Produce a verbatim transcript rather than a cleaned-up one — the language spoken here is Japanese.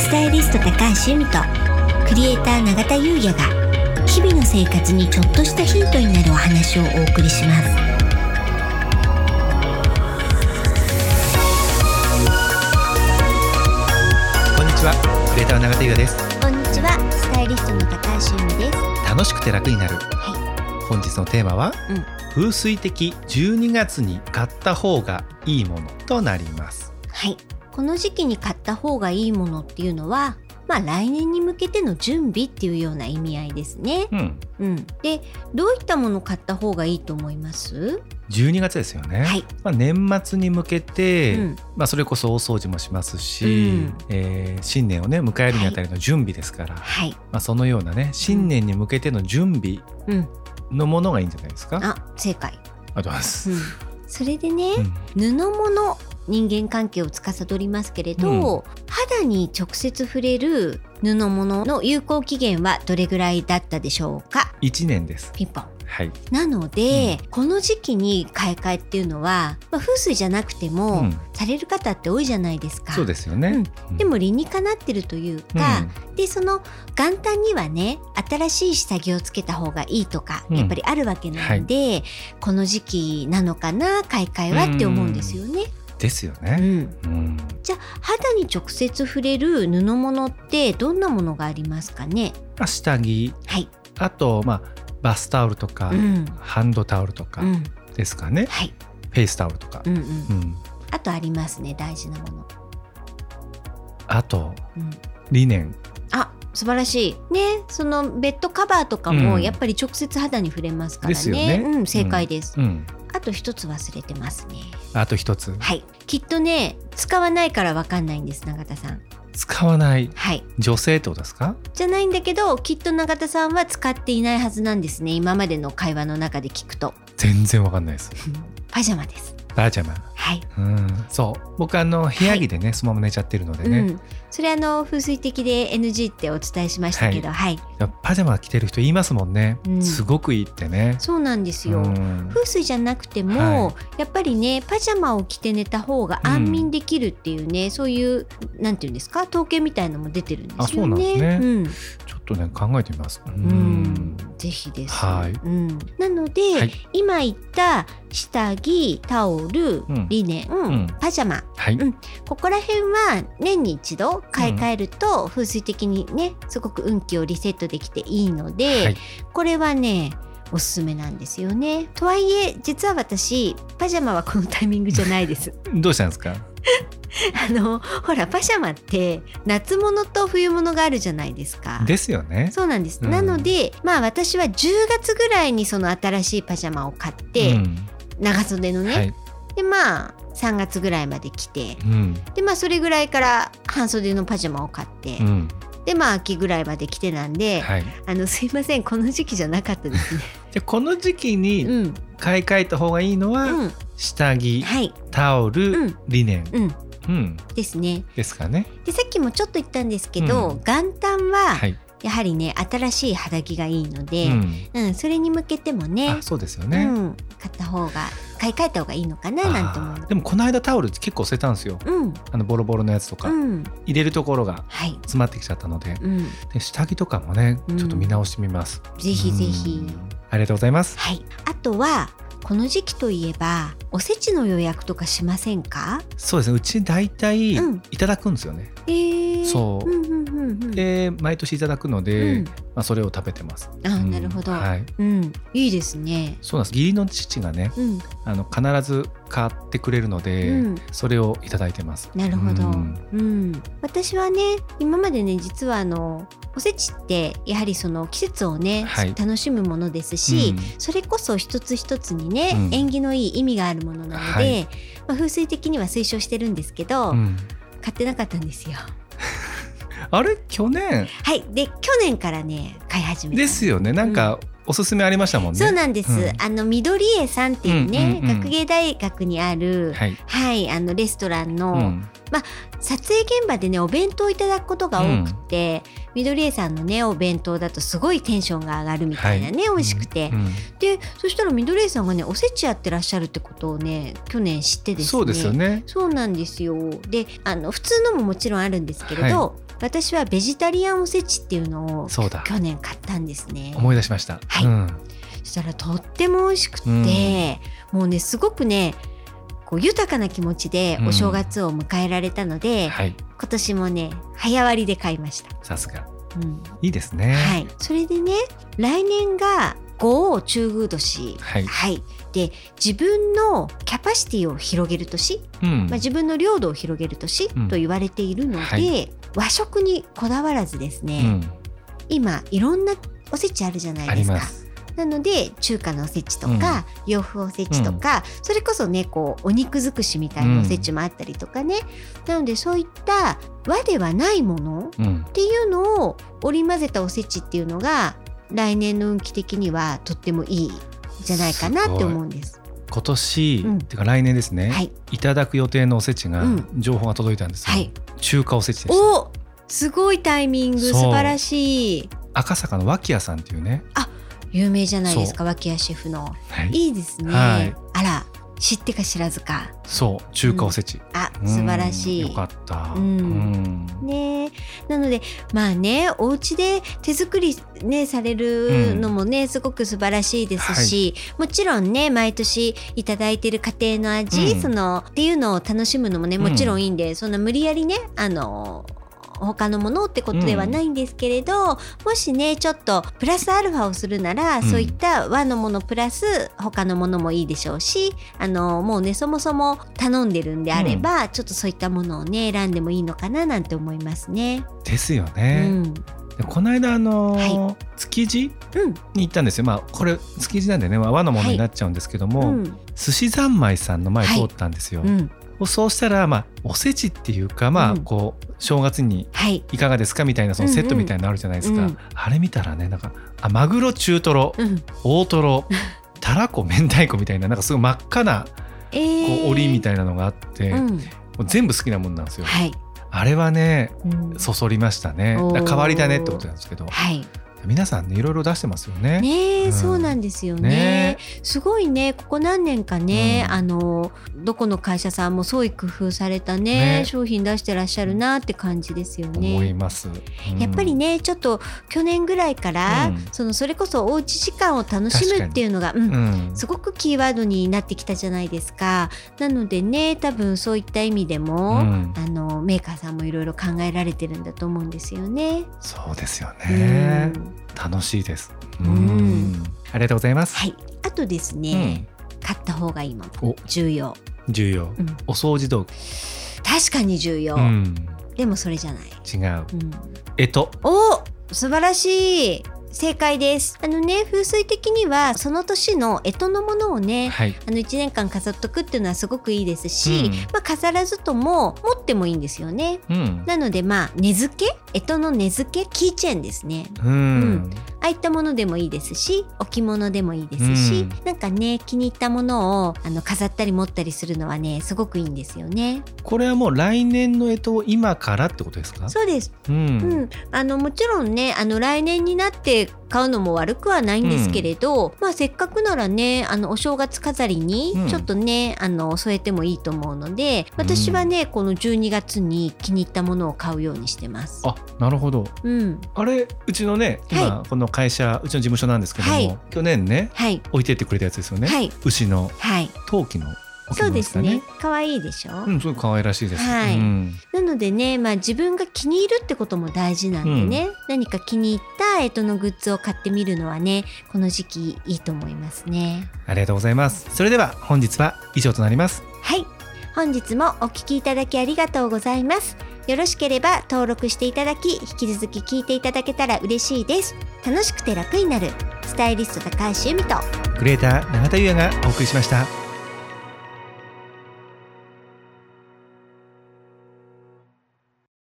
スタイリスト高橋由美とクリエイター永田優也が日々の生活にちょっとしたヒントになるお話をお送りします。 こんにちは、クリエイター永田優也です。 こんにちは、スタイリストの高橋由美です。 楽しくて楽になる、 はい、 本日のテーマは、 うん、 風水的じゅうにがつに買った方がいいものとなります。 はい、この時期に買った方がいいものっていうのは、まあ来年に向けての準備っていうような意味合いですね。 うんうん、で、どういったものを買った方がいいと思います？ じゅうにがつですよね。 はい、 まあ、年末に向けて、 うんまあ、それこそ大掃除もしますし、 うんえー新年をね迎えるにあたりの準備ですから、 はい、 まあ、そのようなね新年に向けての準備うん、 のものがいいんじゃないですか。 あ、正解。 ありがとうございます。 うん、それでね、 うん布物、人間関係を司りますけれど、 うん肌に直接触れる布物の有効期限はどれぐらいだったでしょうか？ いちねんです。 ピンポン。 はい。 なので、うん、この時期に買い替えっていうのは、まあ、風水じゃなくても、うん、される方って多いじゃないですか。 そうですよね、 うん、でも理にかなってるというか、うん、でその元旦にはね新しい下着をつけた方がいいとか、やっぱりあるわけなんで、はい、この時期なのかな買い替えはって思うんですよね。 ですよね、 うんうん、 じゃあ肌に直接触れる布物ってどんなものがありますかね？ 下着、はい、あと、まあ、バスタオルとか、うん、ハンドタオルとかですかね、うんはい、フェイスタオルとか、うんうんうん、 あとありますね、大事なもの。 あと、うん、リネン。 あ、素晴らしいね。そのベッドカバーとかもやっぱり直接肌に触れますからね、ですよね、うん、正解です、うんうん、あと一つ忘れてますね。 あと一つ、 はい、きっとね使わないから分かんないんです、永田さん。 使わない、 はい、 女性ってことですか？ じゃないんだけど、きっと永田さんは使っていないはずなんですね、今までの会話の中で聞くと。 全然分かんないですパジャマです。 パジャマ、 はい、 うん、そう僕あの部屋着でね、はい、そのまま寝ちゃってるのでね、うん、 それあの風水的で エヌジー ってお伝えしましたけど、はい、 はい、パジャマ着てる人言いますもんね、うん、すごくいいってね。 そうなんですよ、うん、風水じゃなくても、はい、やっぱりねパジャマを着て寝た方が安眠できるっていうね、うん、そういうなんていうんですか、統計みたいのも出てるんですよね。 あ、そうなんですね、うん、ちょっとね考えてみます。うん、うん、 ぜひです、 はい、 うん、なので、はい、今言った下着、タオル、うん、リネン、うん、パジャマ、はいうん、ここら辺は年に一度買い替えると風水的にねすごく運気をリセットできていいので、はい、これはねおすすめなんですよね。とはいえ実は私パジャマはこのタイミングじゃないですどうしたんですか？ あのほらパジャマって夏物と冬物があるじゃないですか。 ですよね。 そうなんです、うん、なのでまあ私はじゅうがつぐらいにその新しいパジャマを買って、うん、長袖のね、はい、でまあさんがつぐらいまで着て、うん、でまあそれぐらいから半袖のパジャマを買って、うん、でまあ秋ぐらいまで着てなんで、はい、あのすいませんこの時期じゃなかったですねじゃこの時期に買い替えた方がいいのは、うん、下着、はい、タオル、うん、リネン、うんうん、 ですね。 ですかね。 でさっきもちょっと言ったんですけど、うん、元旦は、はい、やはりね新しい肌着がいいので、うんうん、それに向けてもね、 あ、そうですよね、うん、 買った方が買い替えた方がいいのかななんて思う。 でもこの間タオル結構捨てたんですよ、うん、あのボロボロのやつとか、うん、入れるところが詰まってきちゃったので、はい、で下着とかもねちょっと見直してみます、 うん、ぜひぜひ。 ありがとうございます、 はい、あとはこの時期といえばおせちの予約とかしませんか？ そうですね、うち大体いただくんですよね、うん、えー、そう、うんうんうんうん、で毎年いただくので、うんまあ、それを食べてます。 あ、うん、なるほど、はいうん、いいですね。 そうなんです、義理の父がね、うん、あの必ず買ってくれるので、うん、それをいただいてます。 なるほど、うんうん、私はね今までね実はあのおせちってやはりその季節をね、はい、楽しむものですし、うん、それこそ一つ一つにね、うん、縁起のいい意味があるものなので、はいまあ、風水的には推奨してるんですけど、うん、買ってなかったんですよあれ去年はいで去年からね買い始めたですよね。なんか、うんおすすめありましたもんね。 そうなんです、うん、あの緑江さんっていうね、うんうんうん、学芸大学にある、はいはい、あのレストランの、うんまあ、撮影現場でねお弁当をいただくことが多くて、うん、緑江さんのねお弁当だとすごいテンションが上がるみたいなね、はい、美味しくて、うんうん、でそしたら緑江さんがねおせちやってらっしゃるってことをね去年知ってですね。 そうですよね。 そうなんですよ。であの普通のももちろんあるんですけれど、はい私はベジタリアンおせちっていうのをそうだ去年買ったんですね。 思い出しました。 はい、うん、そしたらとっても美味しくて、うん、もうねすごくねこう豊かな気持ちでお正月を迎えられたので、うんはい、今年もね早割りで買いました。 さすが、うん、いいですね。 はい、それでね来年が五中宮年、はいはい、で自分のキャパシティを広げる年、うんまあ、自分の領土を広げる年と言われているので、うんはい、和食にこだわらずですね、うん、今いろんなおせちあるじゃないですか。なので中華のおせちとか、うん、洋風おせちとか、うん、それこそねこうお肉尽くしみたいなおせちもあったりとかね、うん、なのでそういった和ではないものっていうのを織り交ぜたおせちっていうのが来年の運気的にはとってもいいじゃないかなって思うんです。 今年、うん、てか来年ですね、はい、いただく予定のおせちが、うん、情報が届いたんですよ、はい、中華おせちでした。 おすごいタイミング、素晴らしい。 赤坂の脇屋さんっていうね、 あ有名じゃないですか、脇屋シェフの、はい、いいですね、はい、あら知ってか知らずか。 そう中華おせち、うん、 あ素晴らしい、 よかった、うんうん、ねなのでまあねお家で手作り、ね、されるのもね、うん、すごく素晴らしいですし、はい、もちろんね毎年いただいてる家庭の味、うん、そのっていうのを楽しむのもねもちろんいいんで、うん、そんな無理やりねあの他のものってことではないんですけれど、うん、もしねちょっとプラスアルファをするなら、うん、そういった和のものプラス他のものもいいでしょうし、あのもうねそもそも頼んでるんであれば、うん、ちょっとそういったものをね選んでもいいのかななんて思いますね。 ですよね、うん、でこの間あのーはい、築地に行ったんですよ、まあ、これ築地なんでね和のものになっちゃうんですけども、はいうん、寿司三昧さんの前通ったんですよ、はいうんそうしたら、まあ、おせちっていうか、まあ、こう正月にいかがですかみたいなそのセットみたいなのあるじゃないですか、うんうん、あれ見たらねなんかあマグロ中トロ、うん、大トロたらこ明太子みたいななんかすごい真っ赤な、えー、こう折りみたいなのがあって、うん、もう全部好きなもんなんですよ、はい、あれはね、うん、そそりましたね。だから変わりだねってことなんですけど、はい皆さんねいろいろ出してますよね。 ね、うん、そうなんですよね。ねすごいねここ何年かね、うん、あのどこの会社さんも創意工夫された ね, ね商品出してらっしゃるなって感じですよね。 思います、 うん、やっぱりねちょっと去年ぐらいから、うん、そのそれこそおうち時間を楽しむっていうのが、うんうん、すごくキーワードになってきたじゃないですか。なのでね多分そういった意味でも、うん、あのメーカーさんもいろいろ考えられてるんだと思うんですよね。 そうですよね、うん楽しいです。うんうんありがとうございます。 はい。あとですね、うん、買った方がいいもの重要重要、うん、お掃除道具確かに重要、うん、でもそれじゃない違う、うん、えとお素晴らしい正解です。あのね風水的にはその年の干支のものをね、はい、あのいちねんかん飾っとくっていうのはすごくいいですし、うんまあ、飾らずとも持ってもいいんですよね、うん、なのでまあ根付け干支の根付けキーチェーンですね、うんうん、ああいったものでもいいですし置物でもいいですし、うん、なんかね気に入ったものをあの飾ったり持ったりするのはねすごくいいんですよね。 これはもう来年の干支を今からってことですか？ そうです、うんうん、あのもちろんねあの来年になって買うのも悪くはないんですけれど、うんまあ、せっかくならねあのお正月飾りにちょっとね、うん、あの添えてもいいと思うので私はね、うん、このじゅうにがつに気に入ったものを買うようにしてます。 あなるほど、うん、あれうちのね今、はい、この会社うちの事務所なんですけども、はい、去年ね、はい、置いてってくれたやつですよね、はい、牛の陶器のそうですね可愛いでしょ、 うん、すごい可愛らしいです、 はいうん、 なのでね、まあ、自分が気に入るってことも大事なんでね、うん、何か気に入った干支のグッズを買ってみるのはねこの時期いいと思いますね。 ありがとうございます。それでは本日は以上となります。 はい本日もお聞きいただきありがとうございます。よろしければ登録していただき引き続き聞いていただけたら嬉しいです。楽しくて楽になるスタイリスト高橋由美とクリエイター永田優也がお送りしました。